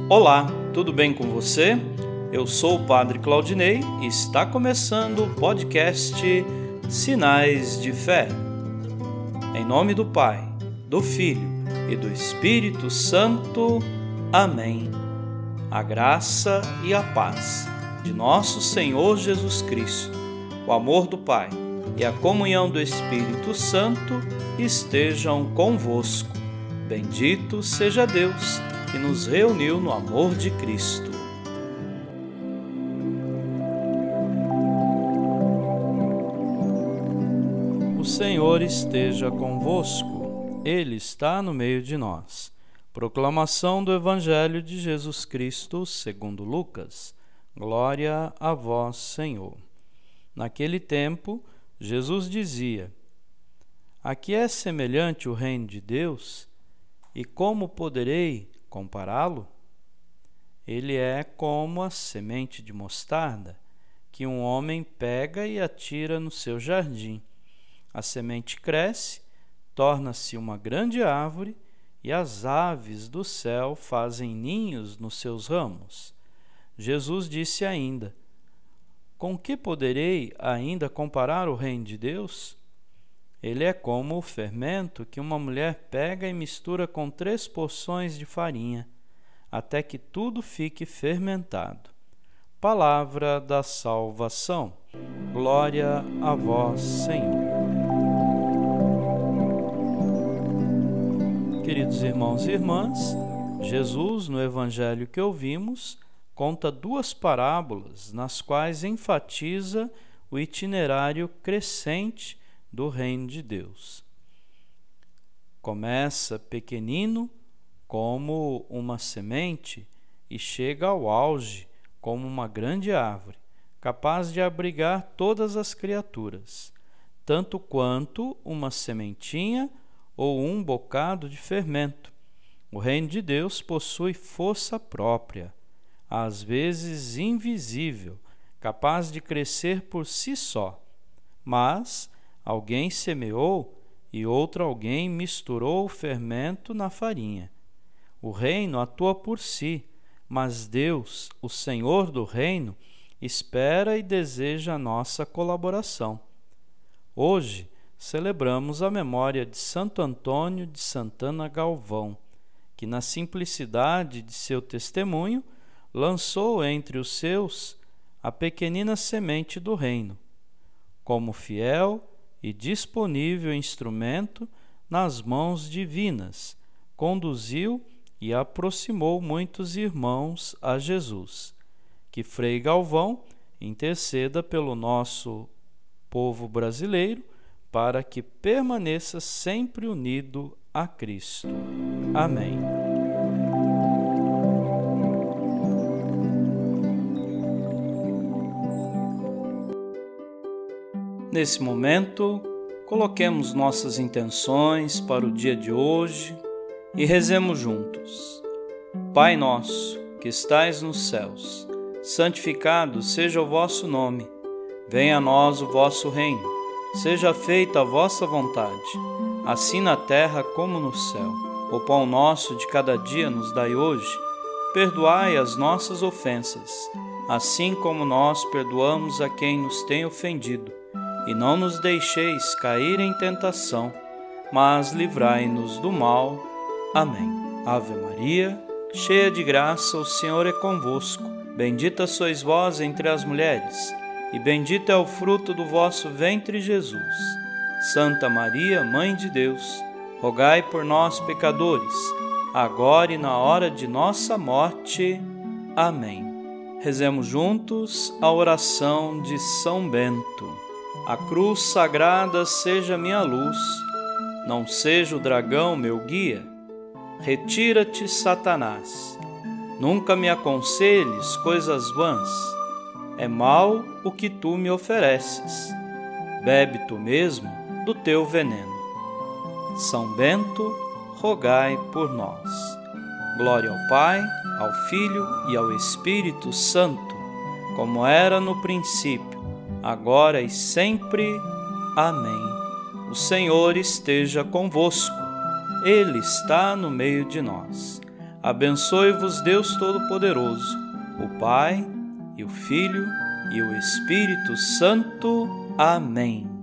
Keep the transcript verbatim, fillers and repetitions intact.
Olá, tudo bem com você? Eu sou o Padre Claudinei e está começando o podcast Sinais de Fé. Em nome do Pai, do Filho e do Espírito Santo. Amém. A graça e a paz de nosso Senhor Jesus Cristo, o amor do Pai e a comunhão do Espírito Santo estejam convosco. Bendito seja Deus que nos reuniu no amor de Cristo. O Senhor esteja convosco, Ele está no meio de nós. Proclamação do Evangelho de Jesus Cristo segundo Lucas. Glória a vós, Senhor. Naquele tempo, Jesus dizia: A que é semelhante o reino de Deus? E como poderei compará-lo? Ele é como a semente de mostarda, que um homem pega e atira no seu jardim. A semente cresce, torna-se uma grande árvore, e as aves do céu fazem ninhos nos seus ramos. Jesus disse ainda: Com que poderei ainda comparar o reino de Deus? Ele é como o fermento que uma mulher pega e mistura com três porções de farinha, até que tudo fique fermentado. Palavra da salvação. Glória a vós, Senhor. Queridos irmãos e irmãs, Jesus, no Evangelho que ouvimos, conta duas parábolas nas quais enfatiza o itinerário crescente do reino de Deus. Começa pequenino, como uma semente, e chega ao auge, como uma grande árvore, capaz de abrigar todas as criaturas, tanto quanto uma sementinha ou um bocado de fermento. O reino de Deus possui força própria, às vezes invisível, capaz de crescer por si só, mas alguém semeou e outro alguém misturou o fermento na farinha. O reino atua por si, mas Deus, o Senhor do reino, espera e deseja a nossa colaboração. Hoje celebramos a memória de Santo Antônio de Santana Galvão, que na simplicidade de seu testemunho lançou entre os seus a pequenina semente do reino, como fiel e disponível instrumento nas mãos divinas, conduziu e aproximou muitos irmãos a Jesus. Que Frei Galvão interceda pelo nosso povo brasileiro para que permaneça sempre unido a Cristo. Amém. Nesse momento, coloquemos nossas intenções para o dia de hoje e rezemos juntos. Pai nosso, que estais nos céus, santificado seja o vosso nome. Venha a nós o vosso reino. Seja feita a vossa vontade, assim na terra como no céu. O pão nosso de cada dia nos dai hoje. Perdoai as nossas ofensas, assim como nós perdoamos a quem nos tem ofendido. E não nos deixeis cair em tentação, mas livrai-nos do mal. Amém. Ave Maria, cheia de graça, o Senhor é convosco. Bendita sois vós entre as mulheres, e bendito é o fruto do vosso ventre, Jesus. Santa Maria, Mãe de Deus, rogai por nós, pecadores, agora e na hora de nossa morte. Amém. Rezemos juntos a oração de São Bento. A cruz sagrada seja minha luz, não seja o dragão meu guia. Retira-te, Satanás, nunca me aconselhes coisas vãs. É mal o que tu me ofereces, bebe tu mesmo do teu veneno. São Bento, rogai por nós. Glória ao Pai, ao Filho e ao Espírito Santo, como era no princípio, agora e sempre. Amém. O Senhor esteja convosco. Ele está no meio de nós. Abençoe-vos Deus Todo-Poderoso, o Pai, e o Filho, e o Espírito Santo. Amém.